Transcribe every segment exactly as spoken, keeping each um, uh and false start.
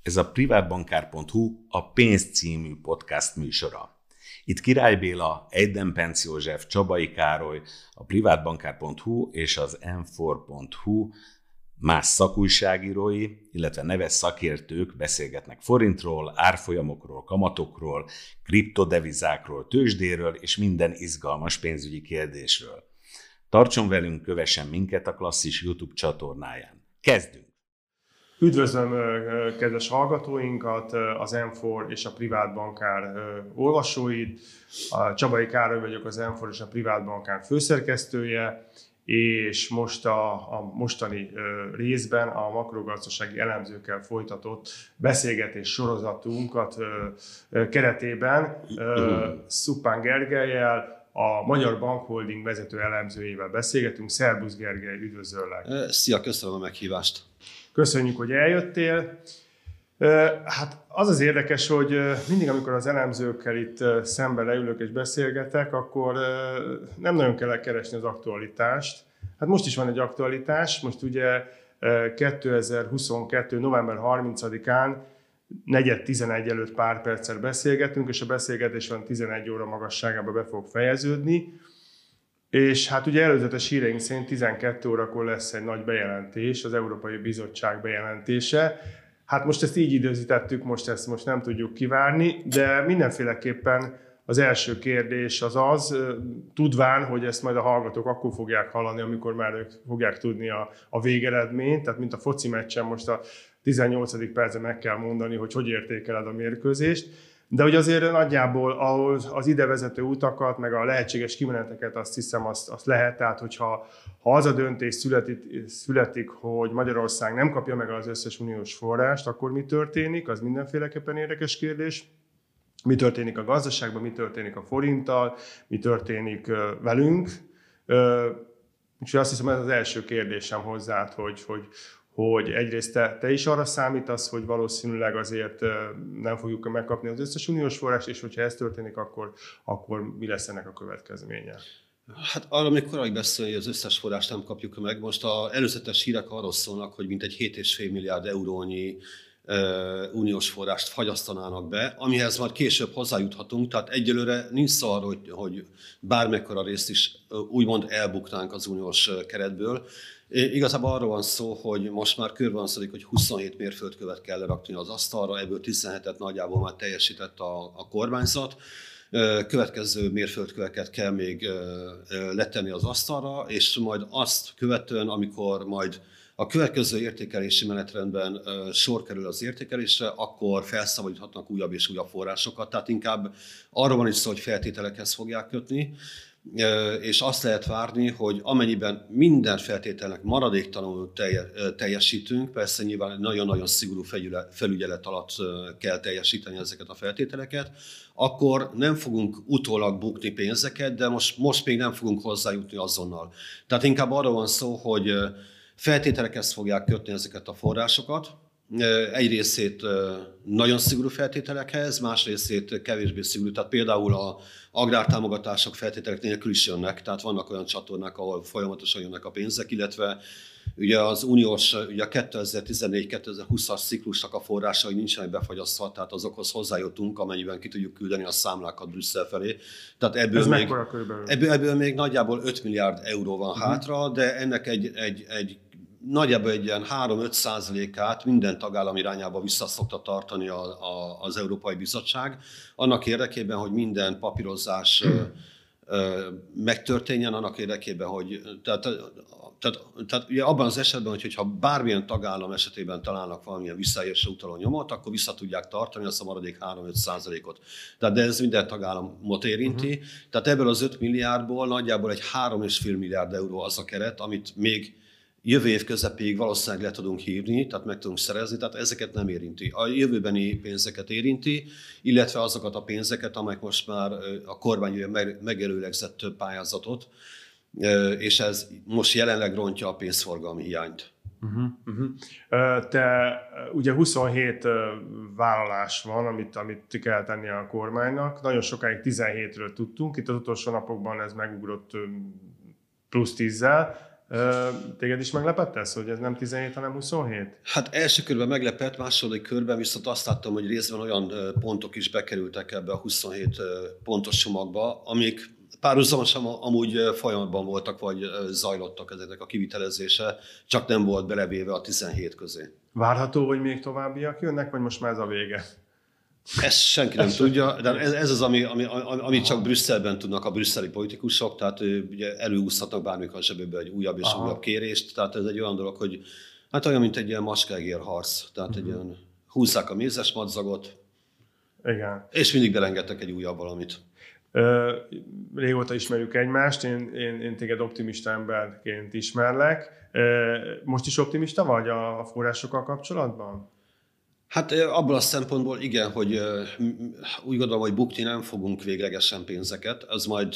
Ez a privátbankár pont hu a Pénz című podcast műsora. Itt Király Béla, Eidem-Penc József, Csabai Károly, a privátbankár pont hu és az em négy pont hu más szakújságírói, illetve neves szakértők beszélgetnek forintról, árfolyamokról, kamatokról, kriptodevizákról, tőzsdéről és minden izgalmas pénzügyi kérdésről. Tartson velünk, kövessen minket a Klasszis YouTube csatornáján. Kezdünk! Üdvözlöm kedves hallgatóinkat, az em négy és a privátbankár olvasóit. A Csabai Károly vagyok, az em négy és a privátbankár főszerkesztője, és most a, a mostani részben a makrogazdasági elemzőkkel folytatott beszélgetés sorozatunkat keretében Szuppán Gergellyel, a Magyar Bankholding vezető elemzőjével beszélgetünk. Szerbusz Gergely, üdvözöllek! Szia, köszönöm a meghívást! Köszönjük, hogy eljöttél. Hát az az érdekes, hogy mindig, amikor az elemzőkkel itt szembe leülök és beszélgetek, akkor nem nagyon kell keresni az aktualitást. Hát most is van egy aktualitás, most ugye kétezer-huszonkettő. november harmincadikán negyed tizenegy előtt pár perccel beszélgetünk, és a beszélgetés van tizenegy óra magasságában be fog fejeződni. És hát ugye előzetes híreink szerint tizenkét órakor lesz egy nagy bejelentés, az Európai Bizottság bejelentése. Hát most ezt így időzítettük, most ezt most nem tudjuk kivárni, de mindenféleképpen az első kérdés az az, tudván, hogy ezt majd a hallgatók akkor fogják hallani, amikor már ők fogják tudni a, a végeredményt, tehát mint a foci meccsen most a tizennyolcadik percben meg kell mondani, hogy hogy értékeled a mérkőzést. De hogy azért nagyjából ahhoz az idevezető utakat, meg a lehetséges kimeneteket azt hiszem, azt, azt lehet. Tehát, hogyha ha az a döntés születik, születik, hogy Magyarország nem kapja meg az összes uniós forrást, akkor mi történik? Az mindenféleképpen érdekes kérdés. Mi történik a gazdaságban, mi történik a forinttal, mi történik velünk. Úgyhogy azt hiszem, ez az első kérdésem hozzád, hogy, hogy hogy egyrészt te, te is arra számítasz, hogy valószínűleg azért nem fogjuk megkapni az összes uniós forrást, és hogyha ez történik, akkor, akkor mi lesz ennek a következménye? Hát arra még korai beszélni, hogy az összes forrást nem kapjuk meg. Most az előzetes hírek arról szólnak, hogy mintegy hét egész öt milliárd eurónyi uh, uniós forrást fagyasztanának be, amihez már később hozzájuthatunk, tehát egyelőre nincs szó arról, hogy, hogy bármekkora részt is uh, úgymond elbuknánk az uniós keretből. Igazából arról van szó, hogy most már körvonalazodik, hogy huszonhét mérföldkövet kell lerakni az asztalra, ebből tizenhetet nagyjából már teljesített a, a kormányzat. Következő mérföldköveket kell még letenni az asztalra, és majd azt követően, amikor majd a következő értékelési menetrendben sor kerül az értékelésre, akkor felszabadíthatnak újabb és újabb forrásokat. Tehát inkább arról van is szó, hogy feltételekhez fogják kötni, és azt lehet várni, hogy amennyiben minden feltételnek maradéktalanul teljesítünk, persze nyilván nagyon-nagyon szigorú felügyelet alatt kell teljesíteni ezeket a feltételeket, akkor nem fogunk utólag bukni pénzeket, de most, most még nem fogunk hozzájutni azonnal. Tehát inkább arról van szó, hogy feltételekhez fogják kötni ezeket a forrásokat, egy részét nagyon szigorú feltételekhez, más részét kevésbé szigorú. Tehát például az agrártámogatások feltételek nélkül is jönnek, tehát vannak olyan csatornák, ahol folyamatosan jönnek a pénzek, illetve ugye az uniós, ugye a kétezer-tizennégy kétezer-húszas ciklusnak a forrásai nincsenek befagyasztva, tehát azokhoz hozzájutunk, amennyiben ki tudjuk küldeni a számlákat Brüsszel felé. Tehát ebből, még, ebből, ebből még nagyjából öt milliárd euró van uh-huh. hátra, de ennek egy, egy, egy nagyjából egy ilyen három-öt százalékát minden tagállam irányába vissza szokta tartani a, a, az Európai Bizottság, annak érdekében, hogy minden papírozás ö, ö, megtörténjen, annak érdekében, hogy tehát, tehát, tehát ugye abban az esetben, hogy, hogyha bármilyen tagállam esetében találnak valamilyen visszaélésre utaló nyomot, akkor vissza tudják tartani azt a maradék három-öt százalékot. Tehát de ez minden tagállamot érinti. Uh-huh. Tehát ebből az öt milliárdból nagyjából egy három egész öt milliárd euró az a keret, amit még jövő év közepéig valószínűleg le tudunk hívni, tehát meg tudunk szerezni, tehát ezeket nem érinti. A jövőbeni pénzeket érinti, illetve azokat a pénzeket, amelyek most már a kormány megelőlegzett több pályázatot, és ez most jelenleg rontja a pénzforgalmi hiányt. Uh-huh, uh-huh. Te ugye huszonhét vállalás van, amit, amit kell tenni a kormánynak. Nagyon sokáig tizenhétről tudtunk, itt az utolsó napokban ez megugrott plusz tízzel. Téged is meglepett ez, hogy ez nem tizenhét, hanem huszonhét? Hát első körben meglepett, második körben viszont azt láttam, hogy részben olyan pontok is bekerültek ebbe a huszonhét pontos csomagba, amik párhuzamosan amúgy folyamatban voltak, vagy zajlottak ezeknek a kivitelezése, csak nem volt belevéve a tizenhét közé. Várható, hogy még továbbiak jönnek, vagy most már ez a vége? Ezt senki nem tudja, de ez, ez az, ami, ami, ami csak Brüsszelben tudnak a brüsszeli politikusok, tehát ugye előúszhatnak bármikor a zsebébe egy újabb és Aha. újabb kérést, tehát ez egy olyan dolog, hogy hát olyan, mint egy ilyen macskegér harc, tehát uh-huh. egy ilyen húzzák a mézes madzagot, Igen. és mindig belengedtek egy újabb valamit. Ö, régóta ismerjük egymást, én, én, én téged optimista emberként ismerlek. Ö, most is optimista vagy a, a forrásokkal kapcsolatban? Hát abból a szempontból igen, hogy úgy gondolom, hogy bukni nem fogunk véglegesen pénzeket, ez majd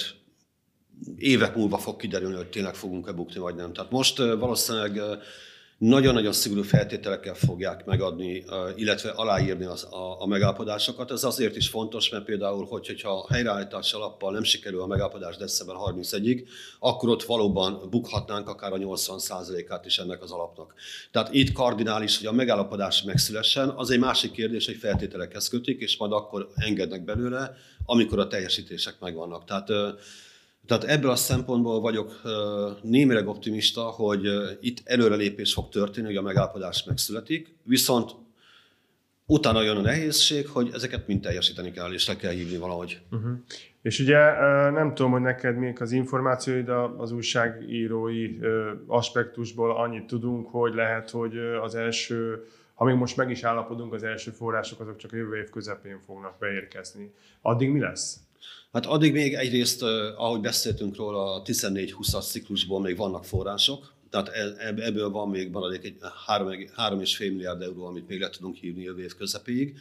évek múlva fog kiderülni, hogy tényleg fogunk-e bukni, vagy nem. Tehát most valószínűleg nagyon-nagyon szigorú feltételekkel fogják megadni, illetve aláírni az, a, a megállapodásokat. Ez azért is fontos, mert például, hogy, hogyha helyreállítási alappal nem sikerül a megállapodás december harmincegyedikéig, akkor ott valóban bukhatnánk akár a nyolcvan százalékát is ennek az alapnak. Tehát itt kardinális, hogy a megállapodás megszülessen, az egy másik kérdés, hogy feltételekhez kötik, és majd akkor engednek belőle, amikor a teljesítések megvannak. Tehát Tehát ebből a szempontból vagyok némileg optimista, hogy itt előrelépés fog történni, hogy a megállapodás megszületik, viszont utána jön a nehézség, hogy ezeket mind teljesíteni kell, és le kell hívni valahogy. Uh-huh. És ugye nem tudom, hogy neked még az információid az újságírói aspektusból annyit tudunk, hogy lehet, hogy az első, ha még most meg is állapodunk, az első források azok csak jövő év közepén fognak beérkezni. Addig mi lesz? Hát addig még egyrészt, ahogy beszéltünk róla, a tizennégy húszas ciklusból még vannak források, tehát ebből van még maradék egy három egész öt milliárd euró, amit még le tudunk hívni jövő év közepéig.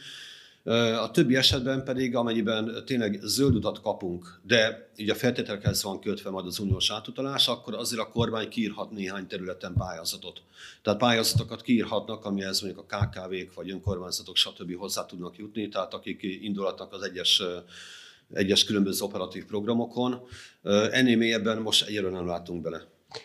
A többi esetben pedig, amennyiben tényleg zöld utat kapunk, de így a feltételekhez van kötve majd az uniós átutalás, akkor azért a kormány kiírhat néhány területen pályázatot. Tehát pályázatokat kiírhatnak, amihez mondjuk a ká ká vék vagy önkormányzatok stb. Hozzá tudnak jutni, tehát akik indulatnak az egyes egyes különböző operatív programokon. Ennél mélyebben most egyelőre nem látunk bele.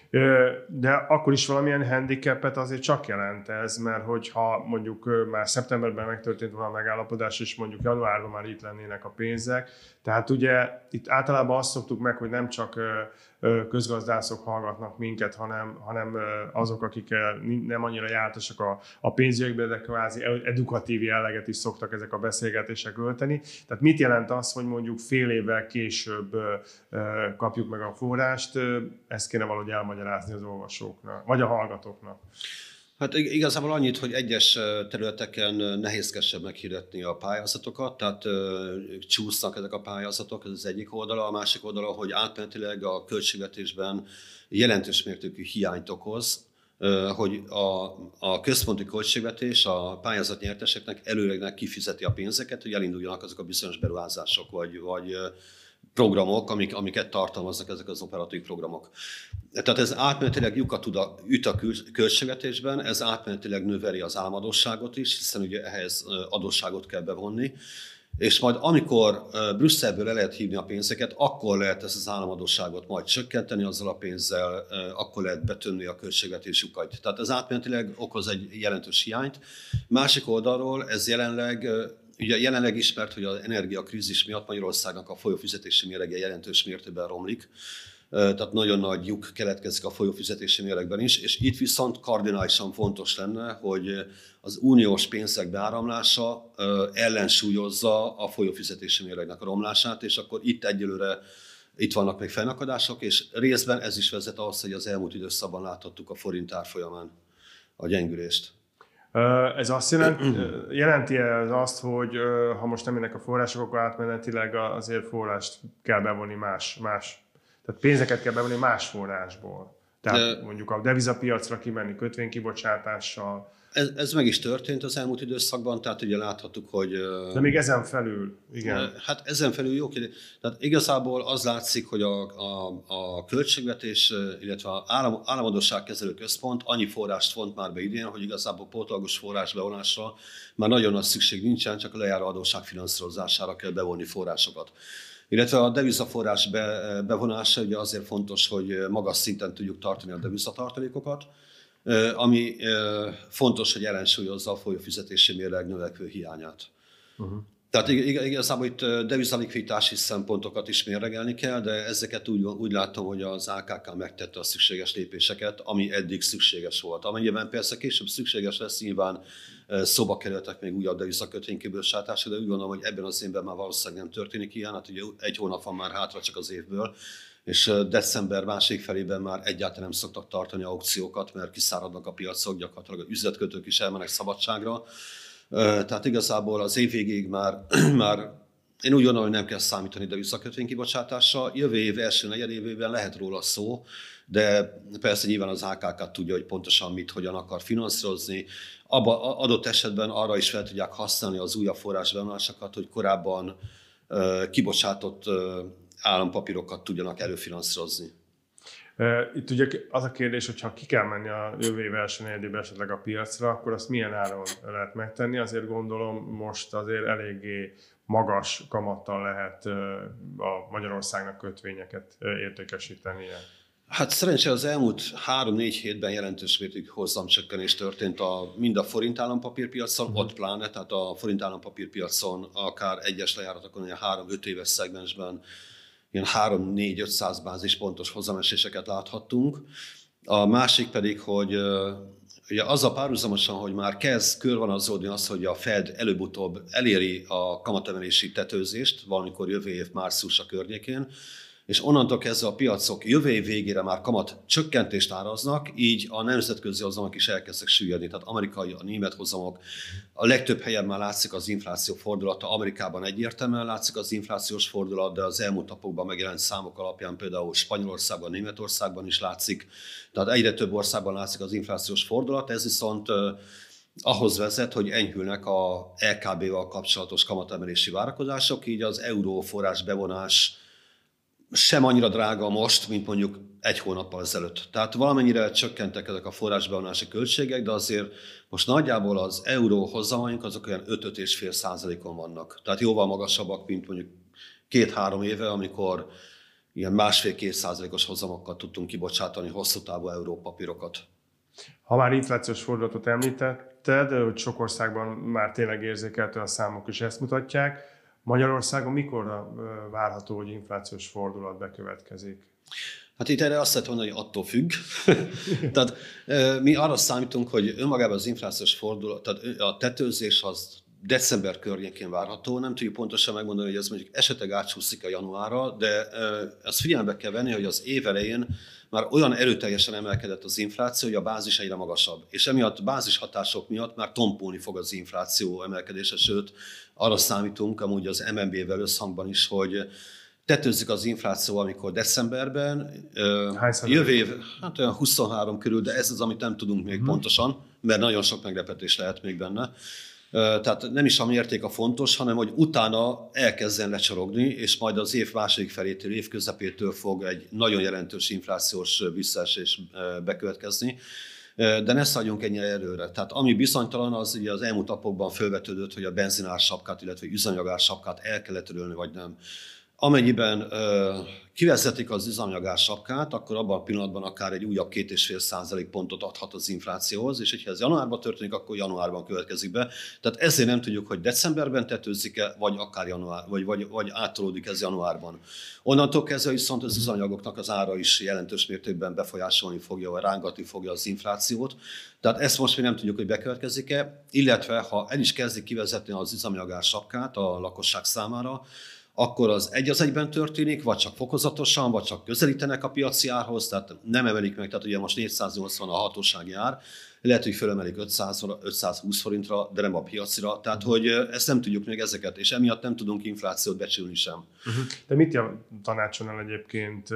De akkor is valamilyen handicapet azért csak jelent ez, mert hogyha mondjuk már szeptemberben megtörtént volna a megállapodás, és mondjuk januárban már itt lennének a pénzek, tehát ugye itt általában azt szoktuk meg, hogy nem csak közgazdászok hallgatnak minket, hanem, hanem azok, akik nem annyira jártasak a, a pénzügyekbe, de kvázi edukatív jelleget is szoktak ezek a beszélgetések ölteni. Tehát mit jelent az, hogy mondjuk fél évvel később kapjuk meg a forrást, ezt kéne valahogy elmagyarázni az olvasóknak, vagy a hallgatóknak. Hát igazából annyit, hogy egyes területeken nehézkesebb meghirdetni a pályázatokat, tehát csúsznak ezek a pályázatok, ez az egyik oldala. A másik oldala, hogy átmenetileg a költségvetésben jelentős mértékű hiányt okoz, hogy a, a központi költségvetés a pályázatnyerteseknek előlegnek kifizeti a pénzeket, hogy elinduljanak azok a bizonyos beruházások, vagy, vagy programok, amik, amiket tartalmaznak ezek az operatív programok. Tehát ez átmenetileg lyukat üt a költségvetésben, ez átmenetileg növeli az államadósságot is, hiszen ugye ehhez adósságot kell bevonni, és majd amikor Brüsszelből le lehet hívni a pénzeket, akkor lehet ezt az államadósságot majd csökkenteni azzal a pénzzel, akkor lehet betömni a költségvetés lyukait. Tehát ez átmenetileg okoz egy jelentős hiányt. Másik oldalról ez jelenleg Ugye jelenleg ismert, hogy az energiakrízis miatt Magyarországnak a folyófizetési mérlege jelentős mértékben romlik. Tehát nagyon nagy lyuk keletkezik a folyófizetési mérlegben is, és itt viszont kardinálisan fontos lenne, hogy az uniós pénzek beáramlása ellensúlyozza a folyófizetési mérlegnek a romlását, és akkor itt egyelőre itt vannak még fennakadások, és részben ez is vezet ahhoz, hogy az elmúlt időszakban láthattuk a forint árfolyamán a gyengülést. Ez azt jelenti, jelenti ez azt, hogy ha most nem jönnek a források, akkor átmenetileg azért forrást kell bevonni más, más, tehát pénzeket kell bevonni más forrásból. Tehát De, mondjuk a devizapiacra kimenni kötvénykibocsátással. Ez, ez meg is történt az elmúlt időszakban, tehát ugye láthattuk, hogy... De még ezen felül, igen. Hát ezen felül jó kérdés. Tehát igazából az látszik, hogy a, a, a költségvetés, illetve az állam, államadósságkezelő központ annyi forrást font már be idén, hogy igazából pótlagos forrás bevonásra már nagyon nagy szükség nincsen, csak a lejáró adósság finanszírozására kell bevonni forrásokat. Illetve a devizaforrás be, bevonása ugye azért fontos, hogy magas szinten tudjuk tartani a devizatartalékokat, ami fontos, hogy ellensúlyozza a folyófizetési mérleg növekvő hiányát. Uh-huh. Tehát igazából itt devizalikviditási szempontokat is mérlegelni kell, de ezeket úgy, úgy látom, hogy az á ká ká megtette a szükséges lépéseket, ami eddig szükséges volt. Amennyiben persze később szükséges lesz, nyilván szóba kerültek még újabb devizakötvénykibocsátásra, de úgy gondolom, hogy ebben az évben már valószínűleg nem történik ilyen, hát ugye egy hónap van már hátra csak az évből, és december másik felében már egyáltalán nem szoktak tartani aukciókat, mert kiszáradnak a piacok, gyakorlatilag az üzletkötők is elmennek szabadságra. Tehát igazából az év végéig már, már én úgy gondolom, hogy nem kell számítani devizakötvénykibocsátásra. Jövő év első negyedévében lehet róla szó, de persze nyilván az á ká ká tudja, hogy pontosan mit, hogyan akar finanszírozni. Abba, adott esetben arra is fel tudják használni az újabb forrásbevonásokat, hogy korábban uh, kibocsátott uh, állampapírokat tudjanak előfinanszírozni. Itt ugye az a kérdés, hogy ha ki kell menni a jövő év első negyedében esetleg a piacra, akkor azt milyen áron lehet megtenni. Azért gondolom most azért eléggé magas kamattal lehet a Magyarországnak kötvényeket értékesítenie. Hát szerencsére az elmúlt három-négy hétben jelentős mértékű hozamcsökkenés történt a, mind a forint állampapírpiacon, uh-huh. ott pláne, tehát a forint állampapírpiacon akár egyes lejáratokon, ilyen három-öt éves szegmensben ilyen három-négy-ötszáz bázispontos hozameséseket láthattunk. A másik pedig, hogy ugye azzal párhuzamosan, hogy már kezd körvonalazódni az, hogy a Fed előbb-utóbb eléri a kamatemelési tetőzést, valamikor jövő év márciusa környékén, és onnantól kezdve a piacok jövő év végére már kamat csökkentést áraznak, így a nemzetközi hozamok is elkezdtek süllyedni. Tehát amerikai, a német hozamok, a legtöbb helyen már látszik az infláció fordulata, Amerikában egyértelműen látszik az inflációs fordulat, de az elmúlt napokban megjelent számok alapján például Spanyolországban, Németországban is látszik. Tehát egyre több országban látszik az inflációs fordulat, ez viszont ahhoz vezet, hogy enyhülnek a é ká bé-val kapcsolatos kamatemelési várakozások, így az euróforrás bevonás sem annyira drága most, mint mondjuk egy hónappal ezelőtt. Tehát valamennyire csökkentek ezek a forrásbevonási költségek, de azért most nagyjából az euró hozamaink azok olyan öt-öt egész öt százalékon vannak. Tehát jóval magasabbak, mint mondjuk két-három éve, amikor ilyen másfél-két százalékos hozamokkal tudtunk kibocsátani hosszú távú európapírokat. Ha már inflációs fordulatot említetted, hogy sok országban már tényleg érzékelhető, a számok is ezt mutatják, Magyarországon mikorra várható, hogy inflációs fordulat bekövetkezik? Hát itt erre azt lehet mondani, hogy attól függ. Tehát mi arra számítunk, hogy önmagában az inflációs fordulat, tehát a tetőzés az december környékén várható. Nem tudjuk pontosan megmondani, hogy ez mondjuk esetleg átsúszik a januárra, de ezt figyelembe kell venni, hogy az év elején már olyan erőteljesen emelkedett az infláció, hogy a bázis egyre magasabb. És emiatt bázis hatások miatt már tompulni fog az infláció emelkedése, sőt, arra számítunk amúgy az em en bé-vel összhangban is, hogy tetőzik az infláció, amikor decemberben, jövő év, hát olyan huszonhárom körül, de ez az, amit nem tudunk még hmm. pontosan, mert nagyon sok meglepetés lehet még benne. Tehát nem is a mérték a fontos, hanem hogy utána elkezdjen lecsorogni, és majd az év második felétől, év közepétől fog egy nagyon jelentős inflációs visszaesés bekövetkezni. De ne szálljunk ennyire előre. Tehát ami bizonytalan, az ugye az elmúlt napokban felvetődött, hogy a benzinár sapkát, illetve üzemanyagár sapkát el kellett törölni, vagy nem. Amennyiben ö, kivezetik az üzemanyagár sapkát, akkor abban a pillanatban akár egy újabb két egész öt százalék pontot adhat az inflációhoz, és hogyha ez januárban történik, akkor januárban következik be. Tehát ezért nem tudjuk, hogy decemberben tetőzik-e, vagy akár január, vagy, vagy, vagy áttolódik ez januárban. Onnantól kezdve viszont az üzemanyagoknak az ára is jelentős mértékben befolyásolni fogja, vagy rángatni fogja az inflációt. Tehát ezt most még nem tudjuk, hogy bekövetkezik-e, illetve ha el is kezdik kivezetni az üzemanyagár sapkát a lakosság számára, akkor az egy az egyben történik, vagy csak fokozatosan, vagy csak közelítenek a piaci árhoz, tehát nem emelik meg, tehát ugye most négyszáznyolcvan a hatósági ár, lehet, hogy fölemelik ötszázra, ötszázhúsz forintra, de nem a piacira, tehát hogy ezt nem tudjuk még ezeket, és emiatt nem tudunk inflációt becsülni sem. De mit tanácsolnál egyébként,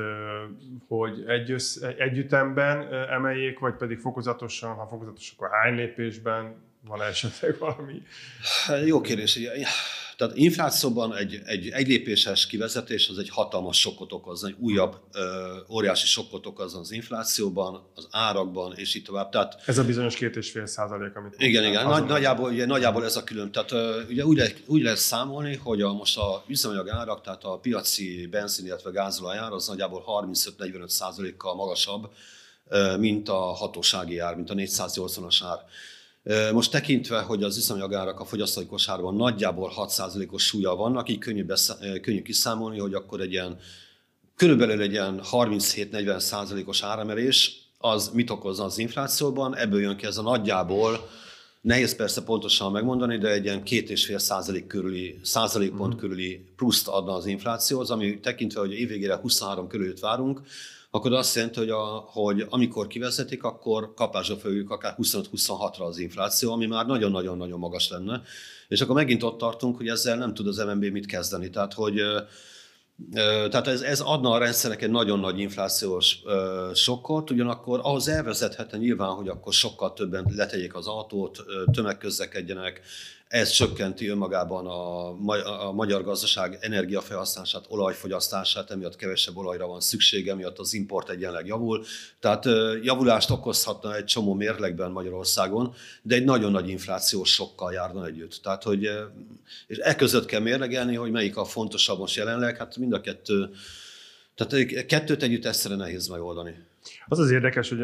hogy egy össz, egy ütemben emeljék, vagy pedig fokozatosan, ha fokozatosan, akkor hány lépésben van esetleg valami? Jó kérdés. Tehát inflációban egy, egy egylépéses kivezetés az egy hatalmas sokkot okozna, egy újabb ö, óriási sokkot okozna az inflációban, az árakban, és így tovább. Tehát, ez a bizonyos két és fél százalék, amit... Igen, igen. Nagy, nagyjából, ugye, nagyjából ez a külön. Tehát ö, ugye úgy, le, úgy lehet számolni, hogy a, most a üzemanyag árak, tehát a piaci benzin, illetve gázolaj ár az nagyjából harmincöt-negyvenöt százalékkal magasabb, ö, mint a hatósági ár, mint a négyszáznyolcvanas ár. Most tekintve, hogy az üzemanyagárak a fogyasztói kosárban nagyjából hat százalékos súlya vannak, így könnyű, beszá- könnyű kiszámolni, hogy akkor egy ilyen, körülbelül egy ilyen harminchét-negyven százalékos áremelés, az mit okozna az inflációban, ebből jön ki ez a nagyjából, nehéz persze pontosan megmondani, de egy ilyen két és fél százalék körüli, százalékpont körüli pluszt adna az inflációhoz, ami tekintve, hogy évvégére huszonhárom körül várunk, akkor azt jelenti, hogy, a, hogy amikor kivezetik, akkor kapásra fogjuk akár huszonöt-huszonhatra az infláció, ami már nagyon-nagyon-nagyon magas lenne. És akkor megint ott tartunk, hogy ezzel nem tud az em en bé mit kezdeni. Tehát, hogy, tehát ez, ez adna a rendszernek egy nagyon nagy inflációs sokkot, ugyanakkor ahhoz elvezethetne nyilván, hogy akkor sokkal többen letegyék az autót, tömegközlekedjenek. Ez csökkenti önmagában a, a magyar gazdaság energiafelhasználását, olajfogyasztását, emiatt kevesebb olajra van szüksége, emiatt az import egyenleg javul. Tehát javulást okozhatna egy csomó mérlegben Magyarországon, de egy nagyon nagy inflációs sokkal járna együtt. Tehát, hogy, és e között kell mérlegelni, hogy melyik a fontosabb most jelenleg, hát mind a kettő, tehát kettőt együtt egyszerre nehéz megoldani. Az az érdekes, hogy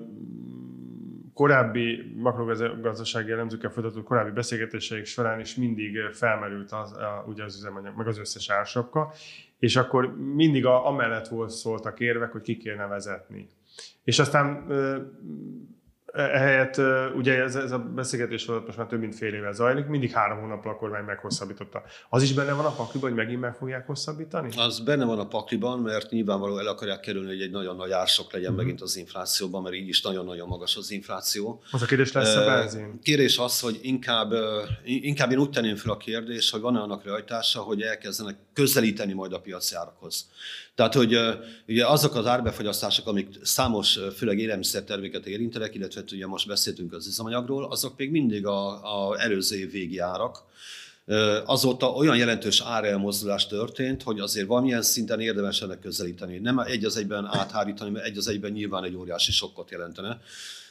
korábbi makrogazdasági elemzőkkel folytatott korábbi beszélgetéseik során is mindig felmerült az, a, ugye az üzemanyag, meg az összes ársapka, és akkor mindig a, amellett volt szóltak érvek, hogy ki kéne vezetni. És aztán ehelyett ugye ez, ez a beszélgetés volt most már több mint fél éve zajlik, mindig három hónappal a kormány meghosszabbította. Az is benne van a pakliban, hogy megint meg fogják hosszabbítani? Az benne van a pakliban, mert nyilvánvalóan el akarják kerülni, hogy egy nagyon nagy ársok legyen uh-huh. megint az inflációban, mert így is nagyon-nagyon magas az infláció. Az a kérdés lesz a benzin? Kérdés az, hogy inkább, inkább én úgy tenném fel a kérdést, hogy van-e annak realitása, hogy elkezdenek közelíteni majd a piaci árakhoz. Tehát, hogy ugye azok az árbefogyasztások, amik számos, főleg élelmiszerterméket érintenek, illetve ugye most beszéltünk az üzemanyagról, azok még mindig az előző év végi árak. Azóta olyan jelentős árelmozdulás történt, hogy azért valamilyen szinten érdemes ennek közelíteni. Nem egy az egyben áthárítani, mert egy az egyben nyilván egy óriási sokkot jelentene.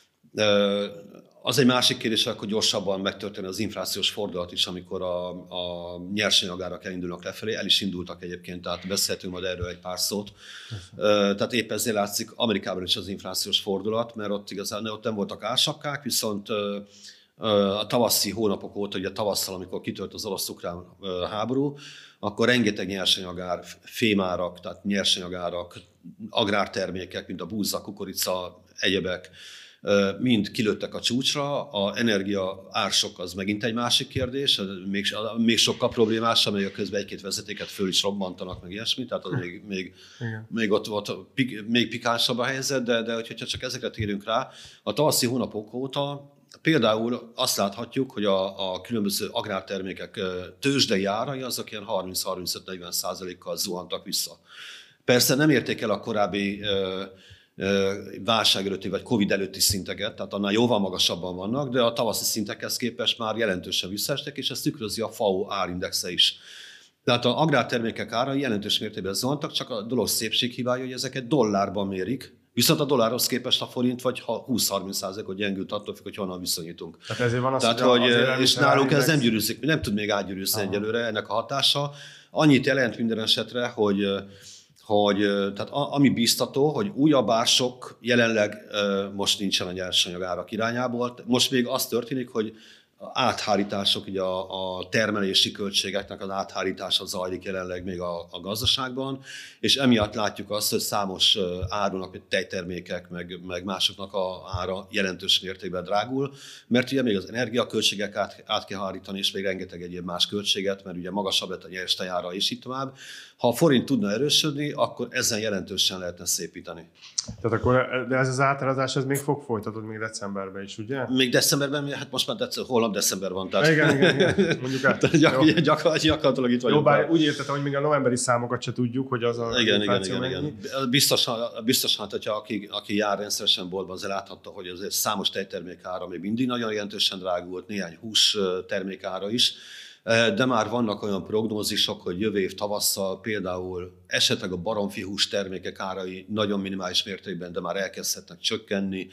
Az egy másik kérdés, hogy gyorsabban megtörténne az inflációs fordulat is, amikor a, a nyersanyagárak elindulnak lefelé. El is indultak egyébként, tehát beszéltünk majd erről egy pár szót. Tehát épp ezért látszik Amerikában is az inflációs fordulat, mert ott igazán ott nem voltak ársapkák, viszont a tavaszi hónapok óta, ugye tavasszal, amikor kitört az orosz-ukrán háború, akkor rengeteg nyersanyagár, fémárak, tehát nyersanyagárak, agrártermékek, mint a búza, kukorica, egyebek, mind kilőttek a csúcsra. A energia ársok az megint egy másik kérdés, még, még sokkal problémásabb, még a közben egy-két vezetéket föl is robbantanak, meg ilyesmi, tehát az még, még, még ott volt még pikánsabb a helyzet, de, de hogyha csak ezekre térünk rá, a tavaszi hónapok óta például azt láthatjuk, hogy a, a különböző agrártermékek tőzsdei árai azok ilyen harminc-harmincöt-negyven százalékkal zuhantak vissza. Persze nem érték el a korábbi válság előtti vagy Covid előtti szinteket, tehát annál jóval magasabban vannak, de a tavaszi szintekhez képest már jelentősen visszaestek, és ezt tükrözi a FAO árindexe is. Tehát az agrártermékek árai jelentős mértékben zuhantak, csak a dolog szépséghibája, hogy ezeket dollárban mérik, viszont a dollárhoz képest a forint vagy húsz-harminc százalékot gyengült, attól függ, hogy honnan viszonyítunk. Tehát ezért van az, Tehát, hogy, hogy és nálunk ez nem gyűrűzik, nem tud még átgyűrűzni egyelőre ennek a hatása. Annyit jelent minden esetre, hogy hogy tehát ami biztató, hogy újabb ársok jelenleg most nincsen a nyersanyagárak irányából. Most még az történik, hogy áthárítások, ugye a, a termelési költségeknek az áthárítása zajlik jelenleg még a, a gazdaságban, és emiatt látjuk azt, hogy számos árunak, mint tejtermékek, meg, meg másoknak a ára jelentős mértékben drágul, mert ugye még az energiaköltségek át, át kell hárítani, és még rengeteg egyéb más költséget, mert ugye magasabb lett a nyerstejára, és így tovább. Ha a forint tudna erősödni, akkor ezen jelentősen lehetne szépíteni. Tehát akkor, de ez az átárazás ez még fog folytatódni még decemberben is, ugye? Még decemberben, hát most már december, holnap december van. Tehát... Igen, igen, igen, mondjuk át. Gyak, gyak, gyakorlatilag itt vagyunk. Jó, bár úgy értettem, hogy még a novemberi számokat se tudjuk, hogy az a igen, igen, igen, igen. Biztosan, biztosan, hogyha aki, aki jár rendszeresen boltban, azért láthatta, hogy azért számos tejtermék ára még mindig nagyon jelentősen drágult, néhány hús termék ára is. de már vannak olyan prognózisok, hogy jövő év tavasszal például esetleg a baromfihús termékek árai nagyon minimális mértékben, de már elkezdhetnek csökkenni.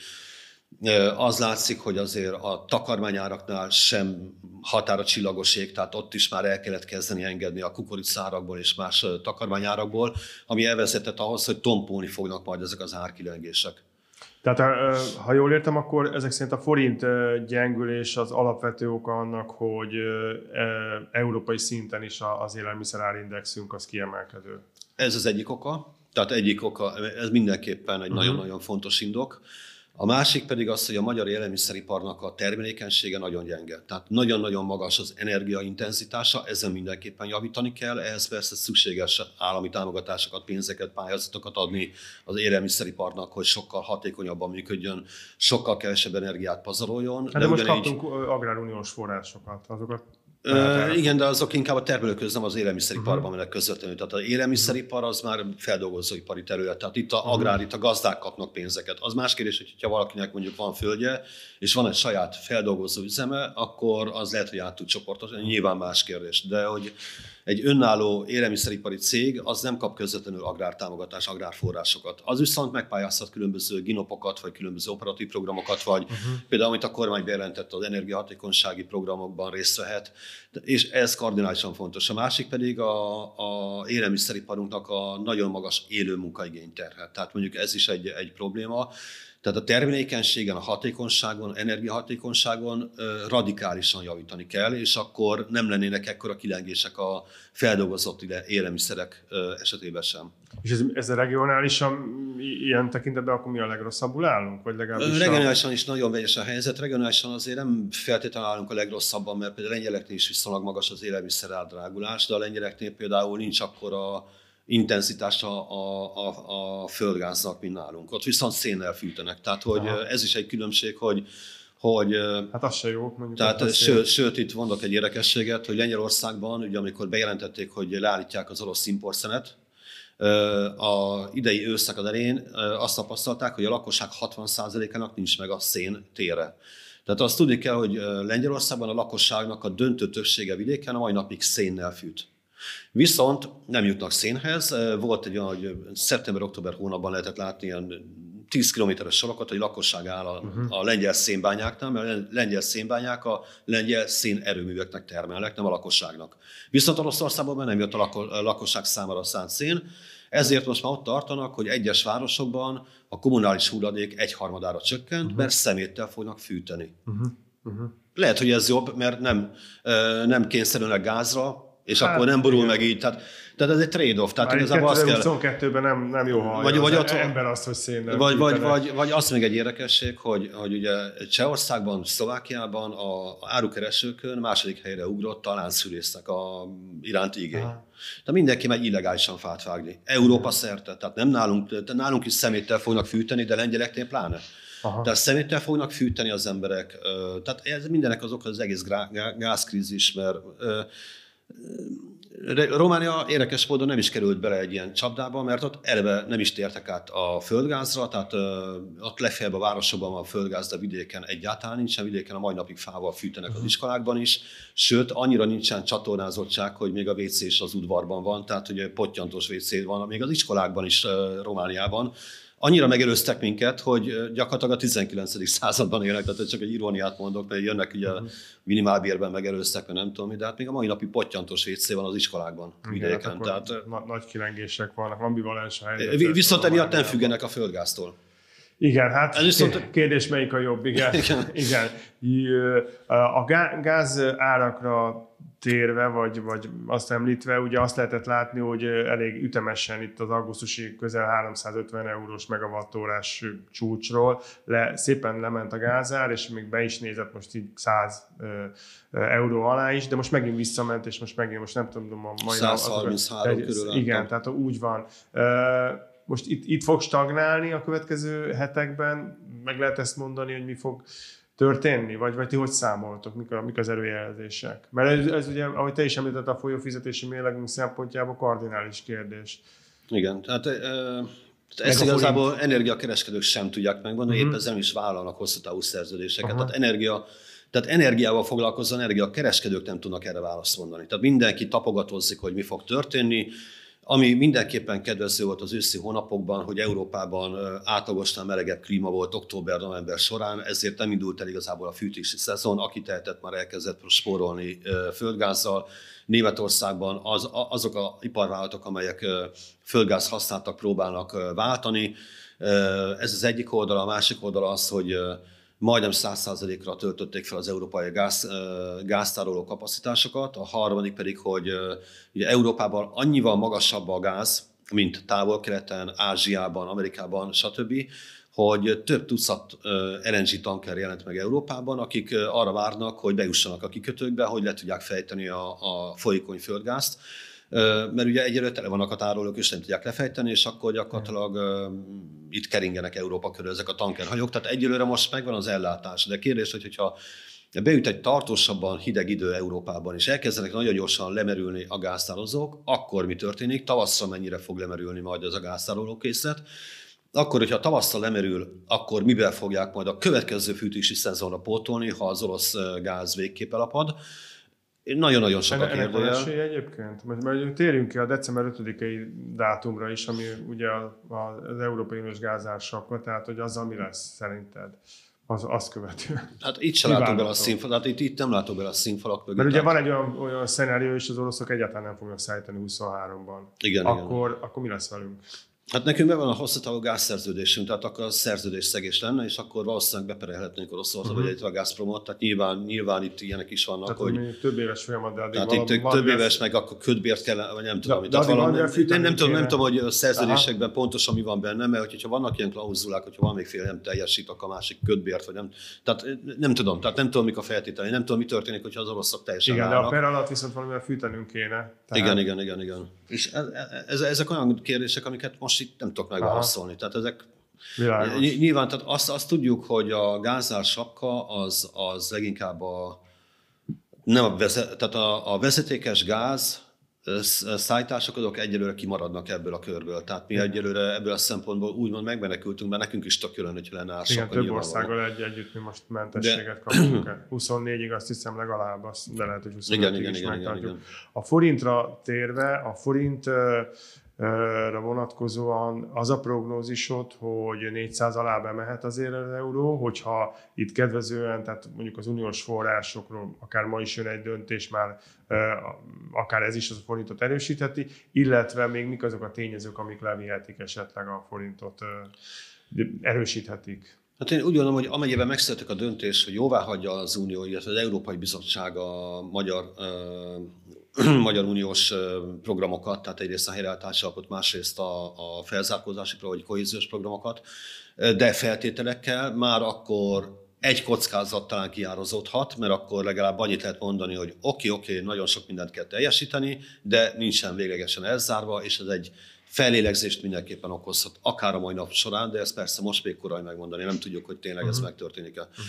Az látszik, hogy azért a takarmányáraknál sem határa csillagos ég, tehát ott is már el kellett kezdeni engedni a kukoricárakból és más takarmányárakból, ami elvezetett ahhoz, hogy tompulni fognak majd ezek az árkilengések. Tehát ha jól értem, akkor ezek szerint a forint gyengülés az alapvető oka annak, hogy európai szinten is az élelmiszerárindexünk az kiemelkedő. Ez az egyik oka, tehát egyik oka, ez mindenképpen egy uh-huh. nagyon-nagyon fontos indok. A másik pedig az, hogy a magyar élelmiszeriparnak a termelékenysége nagyon gyenge. Tehát nagyon-nagyon magas az energiaintenzitása, ezen mindenképpen javítani kell, ehhez persze szükséges állami támogatásokat, pénzeket, pályázatokat adni az élelmiszeriparnak, hogy sokkal hatékonyabban működjön, sokkal kevesebb energiát pazaroljon. Hát de, de most ugyanígy... kaptunk agráruniós forrásokat, azokat... Uh, igen, de azok inkább a termelőköz, nem az élelmiszeriparban uh-huh. mennek közvetlenül. Tehát az élelmiszeripar az már feldolgozóipari terület. Tehát itt a uh-huh. agrár, itt a gazdák kapnak pénzeket. Az más kérdés, hogy ha valakinek mondjuk van földje, és van egy saját feldolgozó üzeme, akkor az lehet, hogy át tud csoportosítani. Nyilván más kérdés. De hogy egy önálló élelmiszeripari cég az nem kap közvetlenül agrártámogatás, agrárforrásokat. Az viszont megpályázhat különböző ginopokat, vagy különböző operatív programokat, vagy uh-huh. például, amit a kormány bejelentett, az energiahatékonysági programokban részt vehet, és ez kardinálisan fontos. A másik pedig a, a élelmiszeriparunknak a nagyon magas élő munkaigény terhe. Tehát mondjuk ez is egy, egy probléma. Tehát a termelékenységen, a hatékonyságon, energiahatékonyságon radikálisan javítani kell, és akkor nem lennének ekkora kilengések a feldolgozott élelmiszerek esetében sem. És ez, ez a regionálisan ilyen tekintetben akkor mi a legrosszabbul állunk? Vagy legalábbis regionálisan a... is nagyon vegyes a helyzet. Regionálisan azért nem feltétlenül állunk a legrosszabban, mert például a lengyeleknél is viszonylag magas az élelmiszer árdrágulás, de a lengyeleknél például nincs akkora intenzitása a, a, a földgáznak, mint nálunk. Ott viszont szénnel fűtenek. Tehát, hogy aha. ez is egy különbség, hogy hogy, hát az se jó. Mondjuk tehát, sőt, sőt, itt mondok egy érdekességet, hogy Lengyelországban, ugye, amikor bejelentették, hogy leállítják az orosz importszenet, a idei őszak elején azt tapasztalták, hogy a lakosság hatvan százalékának nincs meg a szén tére. Tehát azt tudni kell, hogy Lengyelországban a lakosságnak a döntő többsége vidéken a mai napig szénnel fűt. Viszont nem jutnak szénhez. Volt egy olyan, hogy szeptember-október hónapban lehetett látni ilyen tíz kilométeres sorokat, hogy lakosság áll a, uh-huh. a lengyel szénbányáknál, mert a lengyel szénbányák a lengyel szénerőműveknek termelnek, nem a lakosságnak. Viszont Oroszországban már nem jött a, lako- a lakosság számára szánt szén, ezért most már ott tartanak, hogy egyes városokban a kommunális hulladék egyharmadára csökkent, uh-huh. mert szeméttel fognak fűteni. Uh-huh. Uh-huh. Lehet, hogy ez jobb, mert nem, nem kényszerülnek gázra, és hát, akkor nem borul igen. meg így. Tehát, tehát ez egy trade-off. Tehát igazából azt kell... kétezer-huszonkettőben nem, nem jó hallja vagy, vagy az ott, ember azt, hogy szénnel vagy, vagy, vagy, vagy az még egy érdekesség, hogy, hogy ugye Csehországban, Szlovákiában a árukeresőkön második helyre ugrott a láncfűrésznek a iránti igény. Aha. De mindenki megy illegálisan fát vágni. Európa szerte. Tehát nem nálunk, nálunk is szeméttel fognak fűteni, de lengyeleknél pláne. Aha. Tehát szeméttel fognak fűteni az emberek. Tehát ez mindenek az oka az egész gázkrízis, mert Románia érdekes módon nem is került bele egy ilyen csapdába, mert ott eleve nem is tértek át a földgázra, tehát ott legfeljebb a városokban van a földgáz, de vidéken egyáltalán nincsen, vidéken a mai napig fával fűtenek uh-huh. az iskolákban is, sőt, annyira nincsen csatornázottság, hogy még a vé cé is az udvarban van, tehát ugye pottyantós vé cé van, még az iskolákban is Romániában. Annyira megelőztek minket, hogy gyakorlatilag a tizenkilencedik században élnek, tehát csak egy iróniát mondok, mert jönnek ugye uh-huh. minimálbérben megelőztek, mert nem tudom mi, de hát még a mai napi pottyantós vé cé van az iskolákban, vidéken. Hát tehát, na- nagy kilengések vannak, ambivalens a helyzet. Viszont emiatt nem függenek a földgáztól. Igen, hát viszont... kérdés melyik a jobb, igen. igen. igen. A gáz árakra térve, vagy, vagy azt említve, ugye azt lehetett látni, hogy elég ütemesen itt az augusztusi közel háromszázötven eurós megawattórás csúcsról le, szépen lement a gázár, és még be is nézett most így száz euró alá is, de most megint visszament, és most megint, most nem tudom, a mai száz harminchárom körül. Igen, tehát úgy van. Most itt, itt fog stagnálni a következő hetekben, meg lehet ezt mondani, hogy mi fog történni? Vagy, vagy ti hogy számoltok? Mik, a, mik az előjelzések? Mert ez, ez ugye, ahogy te is említett, a folyófizetési mérlegünk szempontjából kardinális kérdés. Igen, tehát e, ezt igazából forint... energiakereskedők sem tudják megmondani, uh-huh. épp ezzel is vállalnak hosszú távú szerződéseket. Uh-huh. Tehát energia Tehát energiával foglalkozó energiakereskedők nem tudnak erre választ mondani. Tehát mindenki tapogatózik, hogy mi fog történni. Ami mindenképpen kedvező volt az őszi hónapokban, hogy Európában átlagosan melegebb klíma volt október-november során, ezért nem indult el igazából a fűtési szezon. Aki tehetett, már elkezdett spórolni földgázzal. Németországban az, azok az iparvállalatok, amelyek földgáz használtak, próbálnak váltani. Ez az egyik oldala, a másik oldala az, hogy majdnem száz százalékra töltötték fel az európai gáz, gáztároló kapacitásokat, a harmadik pedig, hogy ugye Európában annyival magasabb a gáz, mint távol-keleten, Ázsiában, Amerikában, stb., hogy több tucat el en gé tanker jelent meg Európában, akik arra várnak, hogy bejussanak a kikötőkbe, hogy le tudják fejteni a, a folyékony földgázt, mert ugye egyelőre tele vannak a tárolók, és nem tudják lefejteni, és akkor gyakorlatilag uh, itt keringenek Európa körül ezek a tankerhajók. Tehát egyelőre most megvan az ellátás, de kérdés, hogy hogyha beüt egy tartósabban hideg idő Európában, és elkezdenek nagyon gyorsan lemerülni a gáztározók, akkor mi történik? Tavasszal mennyire fog lemerülni majd ez a gáztárolókészlet? Akkor, hogyha tavasszal lemerül, akkor mivel fogják majd a következő fűtési szezonra pótolni, ha az orosz gáz végképp elapad? Nagyon-nagyon sokat Ennek van érdőjel. esély egyébként? Majd, majd térjünk ki a december ötödikei dátumra is, ami ugye az Európai Uniós gázársakkal, tehát hogy azzal mi lesz szerinted? Az, azt követően. Hát itt sem látok bele a színfalak, hát itt, itt nem látok bele a színfalak mögött. Mert ugye van egy olyan, olyan szenárió, és az oroszok egyáltalán nem fognak szállítani huszonháromban. Igen, akkor, igen. akkor mi lesz velünk? Hát nekünk be van a hosszú távú gázszerződésünk, tehát akkor a szerződés szegés lenne, és akkor valószínűleg beperelhetnénk Oroszországba, uh-huh. vagy a Gazpromot, tehát nyilván, nyilván itt ilyenek is vannak, tehát, hogy... több éves folyamat, de addig tehát valami, itt valami több éves, lesz... meg akkor ködbért kell, vagy nem tudom. De, tehát de valami, nem, nem, tudom, nem tudom, hogy a szerződésekben aha. pontosan mi van benne, mert hogyha vannak ilyen klauzulák, hogyha valamiféle nem teljesít, akkor a másik ködbért, vagy nem... Tehát nem tudom, tehát nem tudom, mik a feltételei, nem tudom, mi történik, hogyha az oroszok teljesen igen, állnak. De a per alatt viszont valamivel fűtenünk kéne. Tehát... Igen, igen, igen, igen. És ez, ezek olyan kérdések, amiket most itt nem tudok megválaszolni. Tehát ezek világos. Nyilván, tehát azt, azt tudjuk, hogy a gázár sapka az, az leginkább a, nem a, vezet, tehát a, a vezetékes gáz szállítások azok egyelőre kimaradnak ebből a körből. Tehát mi egyelőre ebből a szempontból úgymond megmenekültünk, mert nekünk is tök jön, hogy lenne ársapka. Igen, több országgal egy, együtt mi most mentességet de... kapunk. huszonnégyig azt hiszem legalább, azt, de lehet, hogy huszonötig is igen, megtartjuk. Igen, igen. A forintra térve, a forint vonatkozóan az a prognózisod, hogy négyszáz alá bemehet azért az euró, hogyha itt kedvezően, tehát mondjuk az uniós forrásokról akár ma is jön egy döntés, már akár ez is az a forintot erősítheti, illetve még mik azok a tényezők, amik levihetik esetleg a forintot, erősíthetik. Hát én úgy gondolom, hogy amennyiben megszületik a döntés, hogy jóvá hagyja az Unió, illetve az Európai Bizottság a magyar Magyar Uniós programokat, tehát egyrészt a helyreállítási alapot, másrészt a, a felzárkózási vagy kohéziós programokat, de feltételekkel már akkor egy kockázat talán kiározódhat, mert akkor legalább annyit lehet mondani, hogy oké, oké, nagyon sok mindent kell teljesíteni, de nincsen véglegesen elzárva, és ez egy fellélegzést mindenképpen okozhat, akár a mai nap során, de ezt persze most még korai megmondani, nem tudjuk, hogy tényleg uh-huh. ez megtörténik-e. Uh-huh.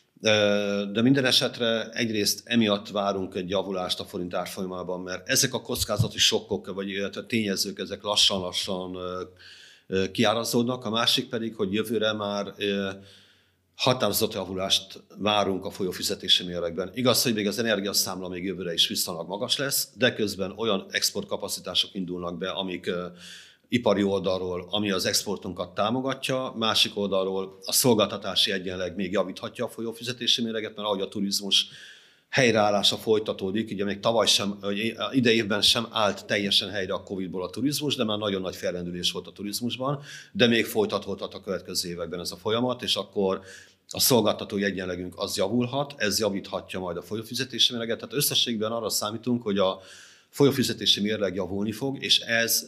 De minden esetre egyrészt emiatt várunk egy javulást a forint árfolyamában, mert ezek a kockázati sokkok, vagy illetve tényezők, ezek lassan-lassan kiárazódnak. A másik pedig, hogy jövőre már határozott javulást várunk a folyófizetési mérekben. Igaz, hogy még az energiaszámla még jövőre is viszonylag magas lesz, de közben olyan exportkapacitások indulnak be, amik ipari oldalról, ami az exportunkat támogatja, másik oldalról a szolgáltatási egyenleg még javíthatja a folyófizetési méreget, mert ahogy a turizmus helyreállása folytatódik, ugye még tavaly sem, idei évben sem állt teljesen helyre a Covidból a turizmus, de már nagyon nagy fellendülés volt a turizmusban, de még folytatódhat a következő években ez a folyamat, és akkor a szolgáltatói egyenlegünk az javulhat, ez javíthatja majd a folyófizetési mérleget, tehát összességben arra számítunk, hogy a folyófizetési mérleg javulni fog, és ez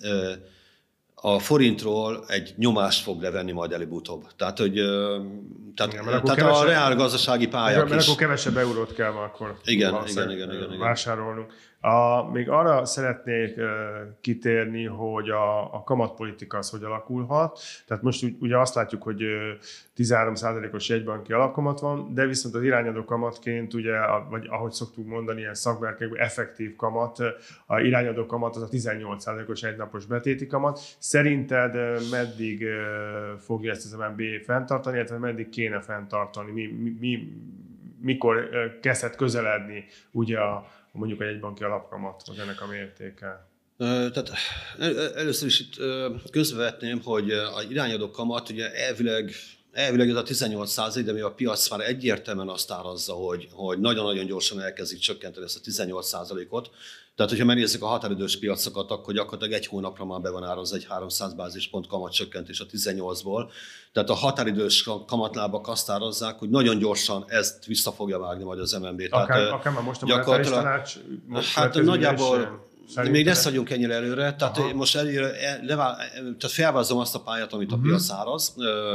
a forintról egy nyomást fog levenni majd előbb-utóbb. Tehát, hogy tehát, igen, tehát kevesebb, a reálgazdasági pályák mert is... akkor kevesebb eurót kell már akkor igen, igen, igen, igen, igen. vásárolnunk. A, még arra szeretnék uh, kitérni, hogy a, a kamatpolitika az hogy alakulhat. Tehát most ugye azt látjuk, hogy uh, tizenhárom százalékos jegybanki alapkamat van, de viszont az irányadó kamatként, ugye, a, vagy ahogy szoktuk mondani, ilyen szakberkekben effektív kamat, a irányadó kamat az a tizennyolc százalékos egynapos betéti kamat. Szerinted uh, meddig uh, fogja ezt az em en bé fenntartani, illetve meddig kéne fenntartani? Mi, mi, mi mikor kezdhet közeledni ugye a, mondjuk egy egybanki alapkamathoz ennek a mértéke? Tehát először is itt közvetném, hogy a irányadó kamat ugye elvileg, elvileg ez a tizennyolc százalék, de mi a piac már egyértelműen azt árazza, hogy, hogy nagyon-nagyon gyorsan elkezdik csökkenteni ezt a tizennyolc százalékot. Tehát, hogyha megnézzük a határidős piacokat, akkor gyakorlatilag egy hónapra már be van árazva egy háromszáz bázispont kamatcsökkentés a tizennyolcból. Tehát a határidős kamatlábak azt árazzák, hogy nagyon gyorsan ezt vissza fogja vágni majd az em en bé. Akár, Tehát, akár már most a monetáris tanács... Hát nagyjából... Szerintem. Még ne szagyunk ennyire előre, tehát Aha. most előre, levál, tehát felvázolom azt a pályát, amit a uh-huh. piac áraz.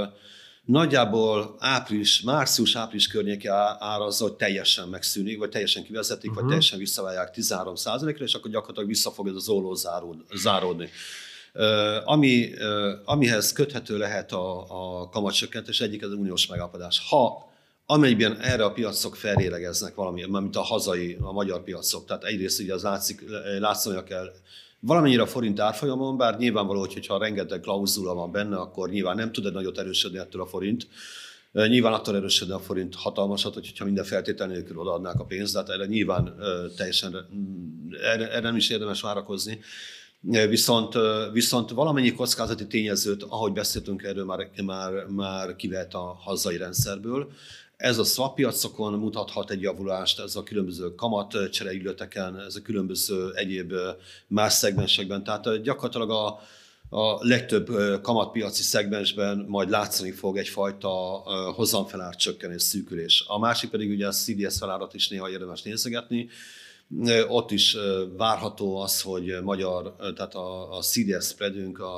Nagyjából április, március-április környéke árazza, hogy teljesen megszűnik, vagy teljesen kivezetik, uh-huh. vagy teljesen visszaválják tizenhárom százalékra, és akkor gyakorlatilag vissza fog ez az olló záród, záródni. Uh, ami, uh, amihez köthető lehet a, a kamatcsökkentés, egyik az uniós megállapodás. Ha amelyben erre a piacok felrélegeznek valami, mint a hazai, a magyar piacok. Tehát egyrészt ugye az látszik, látszania kell valamennyire a forint árfolyamon, bár nyilvánvaló, hogyha rengeteg klauzula van benne, akkor nyilván nem tud nagyot erősödni ettől a forint. Nyilván attól erősödne a forint hatalmasat, hogyha minden feltétel nélkül odaadnák a pénzt, de hát erre nyilván teljesen, erre, erre nem is érdemes várakozni. Viszont, viszont valamennyi kockázati tényezőt, ahogy beszéltünk erről, már, már, már kivehet a hazai rendszerből. Ez a swap piacokon mutathat egy javulást, ez a különböző kamatcsereügyleteken, ez a különböző egyéb más szegmensekben. Tehát gyakorlatilag a, a legtöbb kamatpiaci szegmensben majd látszani fog egyfajta hozamfelár csökkenés, szűkülés. A másik pedig ugye a cé dé es felárat is néha érdemes nézegetni. Ott is várható az, hogy magyar, tehát a, a cé dé es spreadünk, a,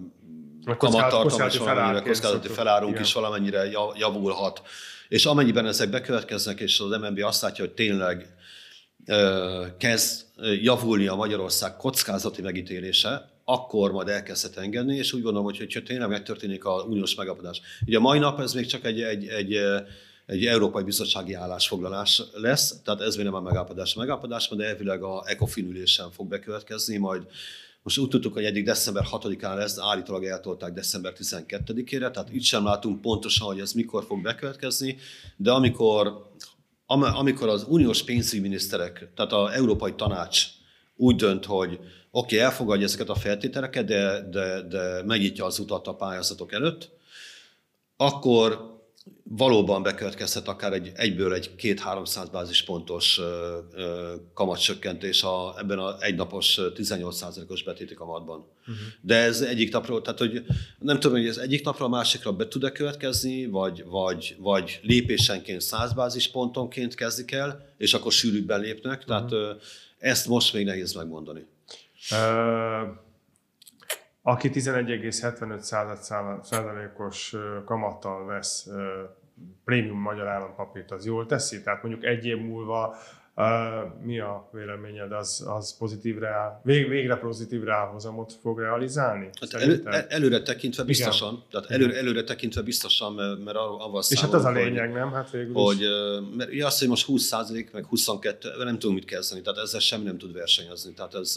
a kamattartalma és valamelyire kockázati felárunk is valamennyire javulhat. És amennyiben ezek bekövetkeznek, és az em en bé azt látja, hogy tényleg uh, kezd javulni a Magyarország kockázati megítélése, akkor majd elkezdhet engedni, és úgy gondolom, hogy hogyha tényleg megtörténik a uniós megállapodás. Ugye a mai nap ez még csak egy, egy, egy, egy európai bizottsági állásfoglalás lesz, tehát ez még nem a megállapodás. A megállapodás, de elvileg a ECOFIN ülésen fog bekövetkezni, majd most úgy tudtuk, hogy eddig december hatodikán lesz, állítólag eltolták december tizenkettedikére, tehát itt sem látunk pontosan, hogy ez mikor fog bekövetkezni, de amikor, amikor az uniós pénzügyminiszterek, tehát az Európai Tanács úgy dönt, hogy oké, okay, elfogadja ezeket a feltételeket, de, de, de megnyitja az utat a pályázatok előtt, akkor valóban bekövetkezhet akár egy, egyből egy két-háromszáz bázispontos kamatcsökkentés a, ebben az egynapos tizennyolc százalékos betéti kamatban. Uh-huh. De ez egyik napról, tehát hogy nem tudom, hogy ez egyik napról a másikra be tud-e következni, vagy, vagy, vagy lépésenként száz bázispontonként kezdik el, és akkor sűrűbben lépnek, uh-huh. tehát ezt most még nehéz megmondani. Uh... Aki tizenegy egész hetvenöt százalékos kamattal vesz prémium magyar állampapírt, az jól teszi? Tehát mondjuk egy év múlva mi a véleményed, az, az pozitív reál, vég, végre pozitív reálhozamot fog realizálni? Hát elő, előre tekintve biztosan, igen. tehát előre, előre tekintve biztosan, mert, mert avval és hát az a lényeg, hogy, nem? Hát végül hogy, is. Mert ugye azt, hogy most húsz százalék, meg huszonkettő, nem tudunk mit kezdeni, tehát ezzel semmi nem tud versenyezni. Tehát ez...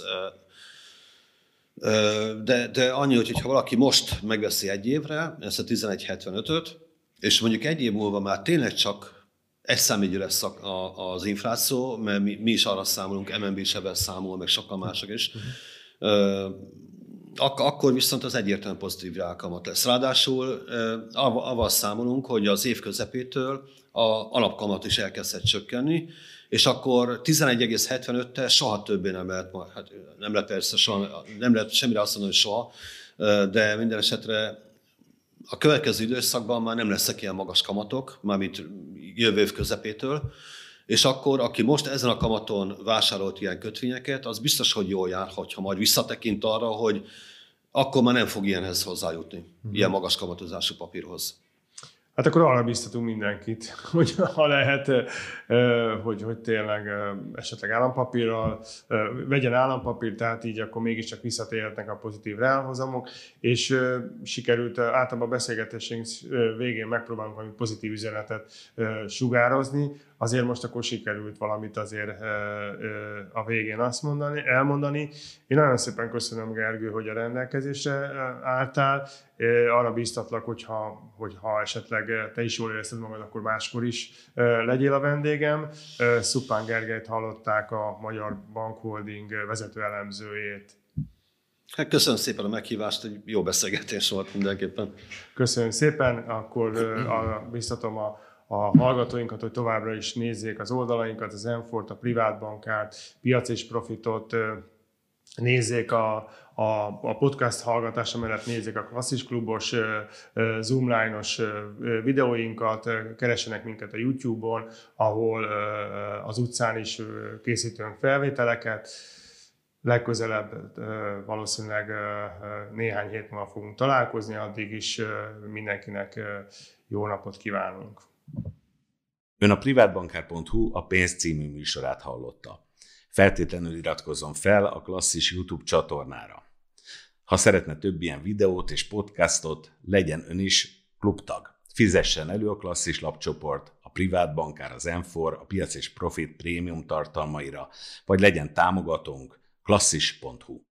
De, de annyi, hogy ha valaki most megveszi egy évre ezt a tizenegy hetvenötöt, és mondjuk egy év múlva már tényleg csak egy számjegyű lesz az infláció, mert mi, mi is arra számolunk, em en bé is ebben számol, meg sokkal mások is, uh-huh. Ak- akkor viszont az egyértelműen pozitív reálkamat lesz. Ráadásul avval számolunk, hogy az év közepétől a alapkamat is elkezdhet csökkenni, és akkor tizenegy egész hetvenöttel soha többé nem lehet, hát nem lehet persze soha, nem lehet semmire azt mondani, hogy soha, de minden esetre a következő időszakban már nem lesznek ilyen magas kamatok, mármint jövő év közepétől, és akkor, aki most ezen a kamaton vásárolt ilyen kötvényeket, az biztos, hogy jól jár, ha majd visszatekint arra, hogy akkor már nem fog ilyenhez hozzájutni, mm-hmm. ilyen magas kamatozású papírhoz. Hát akkor arra biztatunk mindenkit, hogy ha lehet, hogy, hogy tényleg esetleg állampapírral, vegyen állampapírt, tehát így akkor mégiscsak visszatérhetnek a pozitív reálhozamok, és sikerült általában a beszélgetésünk végén megpróbálunk valami pozitív üzenetet sugározni, azért most akkor sikerült valamit azért a végén azt mondani, elmondani. Én nagyon szépen köszönöm, Gergő, hogy a rendelkezésre álltál. Arra bíztatlak, hogyha, hogyha esetleg te is jól érezted magad, akkor máskor is legyél a vendégem. Szuppán Gergelyt hallották, a Magyar Bankholding vezető elemzőjét. Hát köszönöm szépen a meghívást, egy jó beszélgetés volt mindenképpen. Köszönöm szépen, akkor a, biztatom a, a hallgatóinkat, hogy továbbra is nézzék az oldalainkat, az Enfort, a Privát Bankert, Piac és Profitot, nézzék a, a, a podcast hallgatása mellett, nézzék a Klasszis Klubos, Zoomline-os videóinkat, keressenek minket a YouTube-on, ahol az utcán is készítünk felvételeket. Legközelebb valószínűleg néhány hét múlva fogunk találkozni, addig is mindenkinek jó napot kívánunk. Ön a privátbankár pont hu a Pénz című műsorát hallotta. Feltétlenül iratkozzon fel a Klasszis YouTube csatornára. Ha szeretne több ilyen videót és podcastot, legyen ön is klubtag. Fizessen elő a Klasszis lapcsoport, a Privátbankár, az Enfor, a Piac és Profit prémium tartalmaira, vagy legyen támogatónk klasszis pont hu.